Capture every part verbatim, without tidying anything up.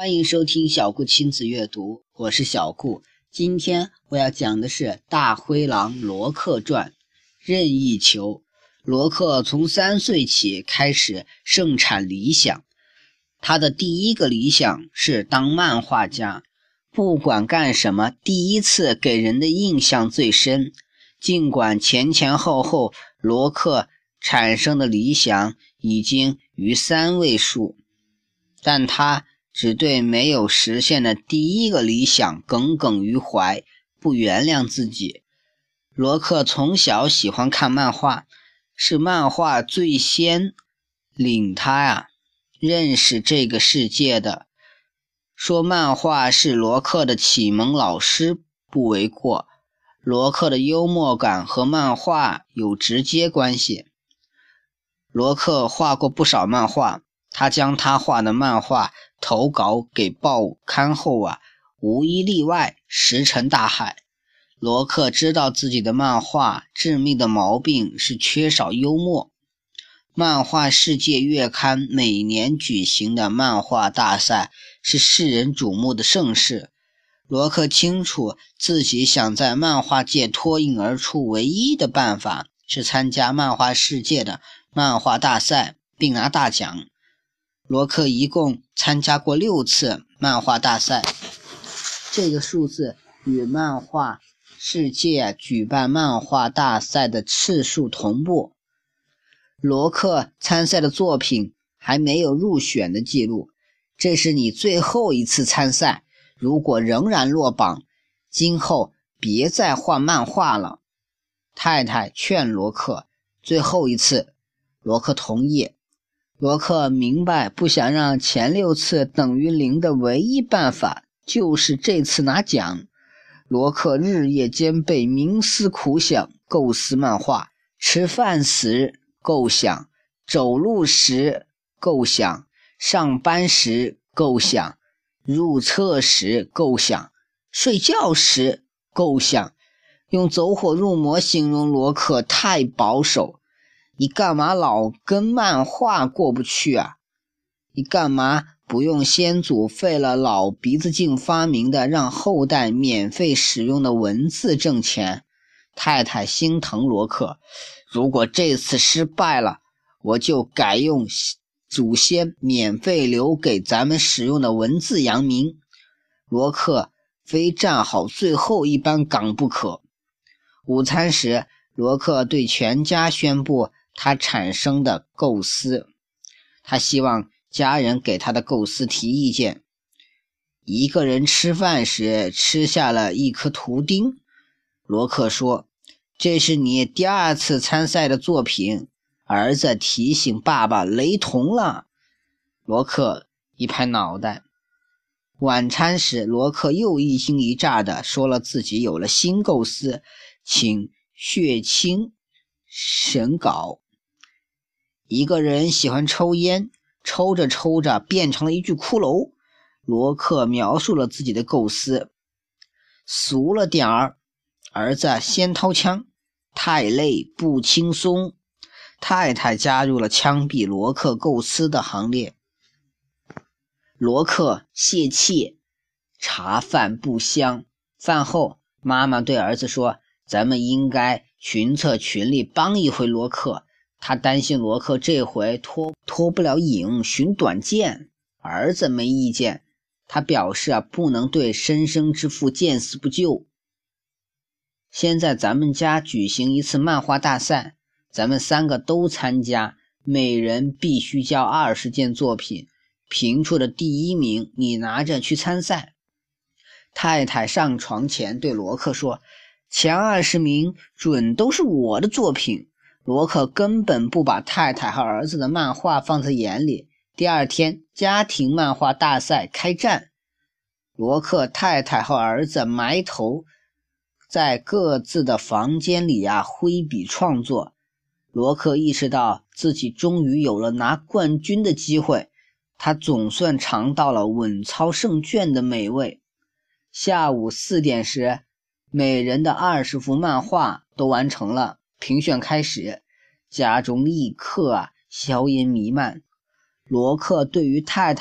欢迎收听小顾亲子阅读，我是小顾。今天我要讲的是大灰狼罗克传。任意球。罗克从三岁起开始盛产理想，他的第一个理想是当漫画家。不管干什么，第一次给人的印象最深。尽管前前后后罗克产生的理想已经逾三位数，但他只对没有实现的第一个理想耿耿于怀，不原谅自己。罗克从小喜欢看漫画，是漫画最先领他呀、啊、认识这个世界的。说漫画是罗克的启蒙老师不为过。罗克的幽默感和漫画有直接关系。罗克画过不少漫画，他将他画的漫画投稿给报刊后啊，无一例外石沉大海。罗克知道自己的漫画致命的毛病是缺少幽默。漫画世界月刊每年举行的漫画大赛是世人瞩目的盛事。罗克清楚自己想在漫画界脱颖而出唯一的办法是参加漫画世界的漫画大赛并拿大奖。罗克一共参加过六次漫画大赛，这个数字与漫画世界举办漫画大赛的次数同步。罗克参赛的作品还没有入选的记录，这是你最后一次参赛，如果仍然落榜，今后别再画漫画了。太太劝罗克，最后一次，罗克同意。罗克明白，不想让前六次等于零的唯一办法就是这次拿奖。罗克日夜兼备，冥思苦想，构思漫画。吃饭时构想，走路时构想，上班时构想，入厕时构想，睡觉时构想。用走火入魔形容罗克太保守。你干嘛老跟漫画过不去啊？你干嘛不用先祖费了老鼻子劲发明的让后代免费使用的文字挣钱？太太心疼罗克，如果这次失败了，我就改用祖先免费留给咱们使用的文字扬名。罗克非站好最后一班岗不可。午餐时，罗克对全家宣布他产生的构思，他希望家人给他的构思提意见。一个人吃饭时吃下了一颗图钉。罗克说，这是你第二次参赛的作品。儿子提醒爸爸，雷同了。罗克一拍脑袋。晚餐时，罗克又一惊一乍地说了自己有了新构思，请血清审稿。一个人喜欢抽烟，抽着抽着变成了一具骷髅。罗克描述了自己的构思。俗了点儿，儿子先掏枪，太累不轻松。太太加入了枪毙罗克构思的行列。罗克泄气，茶饭不香。饭后，妈妈对儿子说，咱们应该群策群力帮一回罗克。他担心罗克这回脱脱不了颖，寻短见。儿子没意见，他表示啊，不能对生生之父见死不救。现在咱们家举行一次漫画大赛，咱们三个都参加，每人必须交二十件作品，评出的第一名你拿着去参赛。太太上床前对罗克说，前二十名准都是我的作品。罗克根本不把太太和儿子的漫画放在眼里。第二天，家庭漫画大赛开战。罗克太太和儿子埋头在各自的房间里啊挥笔创作。罗克意识到自己终于有了拿冠军的机会，他总算尝到了稳操胜券的美味。下午四点时，每人的二十幅漫画都完成了。评选开始，家中立刻啊硝烟弥漫。罗克对于太太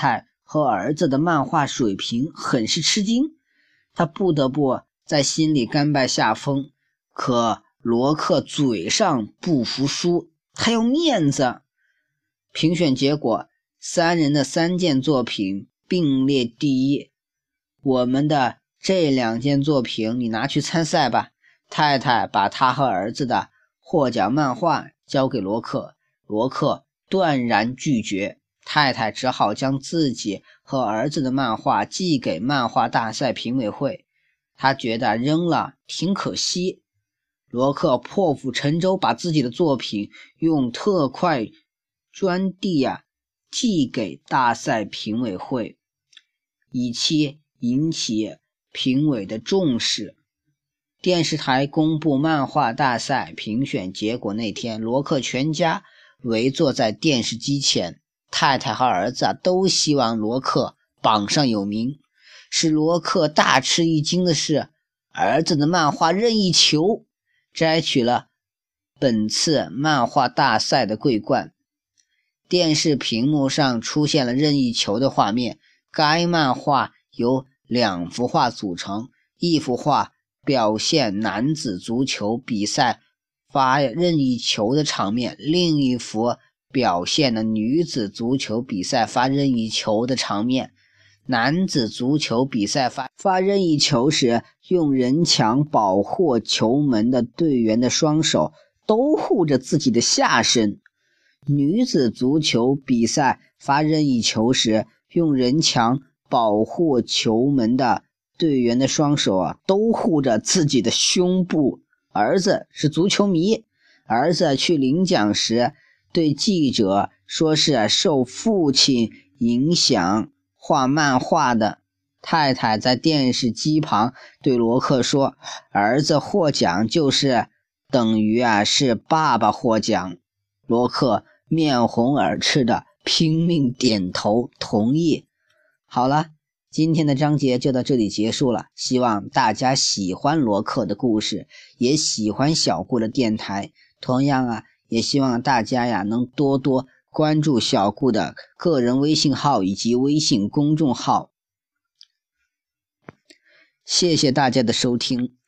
和儿子的漫画水平很是吃惊，他不得不在心里甘拜下风。可罗克嘴上不服输，他要面子。评选结果，三人的三件作品并列第一。我们的这两件作品你拿去参赛吧。太太把他和儿子的获奖漫画交给罗克，罗克断然拒绝。太太只好将自己和儿子的漫画寄给漫画大赛评委会，他觉得扔了挺可惜。罗克破釜沉舟，把自己的作品用特快专递啊寄给大赛评委会，以期引起评委的重视。电视台公布漫画大赛评选结果那天，罗克全家围坐在电视机前，太太和儿子、啊、都希望罗克榜上有名。使罗克大吃一惊的是，儿子的漫画任意球摘取了本次漫画大赛的桂冠。电视屏幕上出现了任意球的画面，该漫画由两幅画组成，一幅画表现男子足球比赛发任意球的场面，另一幅表现了女子足球比赛发任意球的场面。男子足球比赛发发任意球时，用人墙保护球门的队员的双手都护着自己的下身。女子足球比赛发任意球时，用人墙保护球门的队员的双手啊，都护着自己的胸部。儿子是足球迷，儿子去领奖时对记者说是受父亲影响画漫画的。太太在电视机旁对罗克说，儿子获奖就是等于啊是爸爸获奖。罗克面红耳赤的拼命点头同意。好了，今天的章节就到这里结束了，希望大家喜欢罗克的故事，也喜欢小顾的电台。同样啊，也希望大家呀能多多关注小顾的个人微信号以及微信公众号。谢谢大家的收听。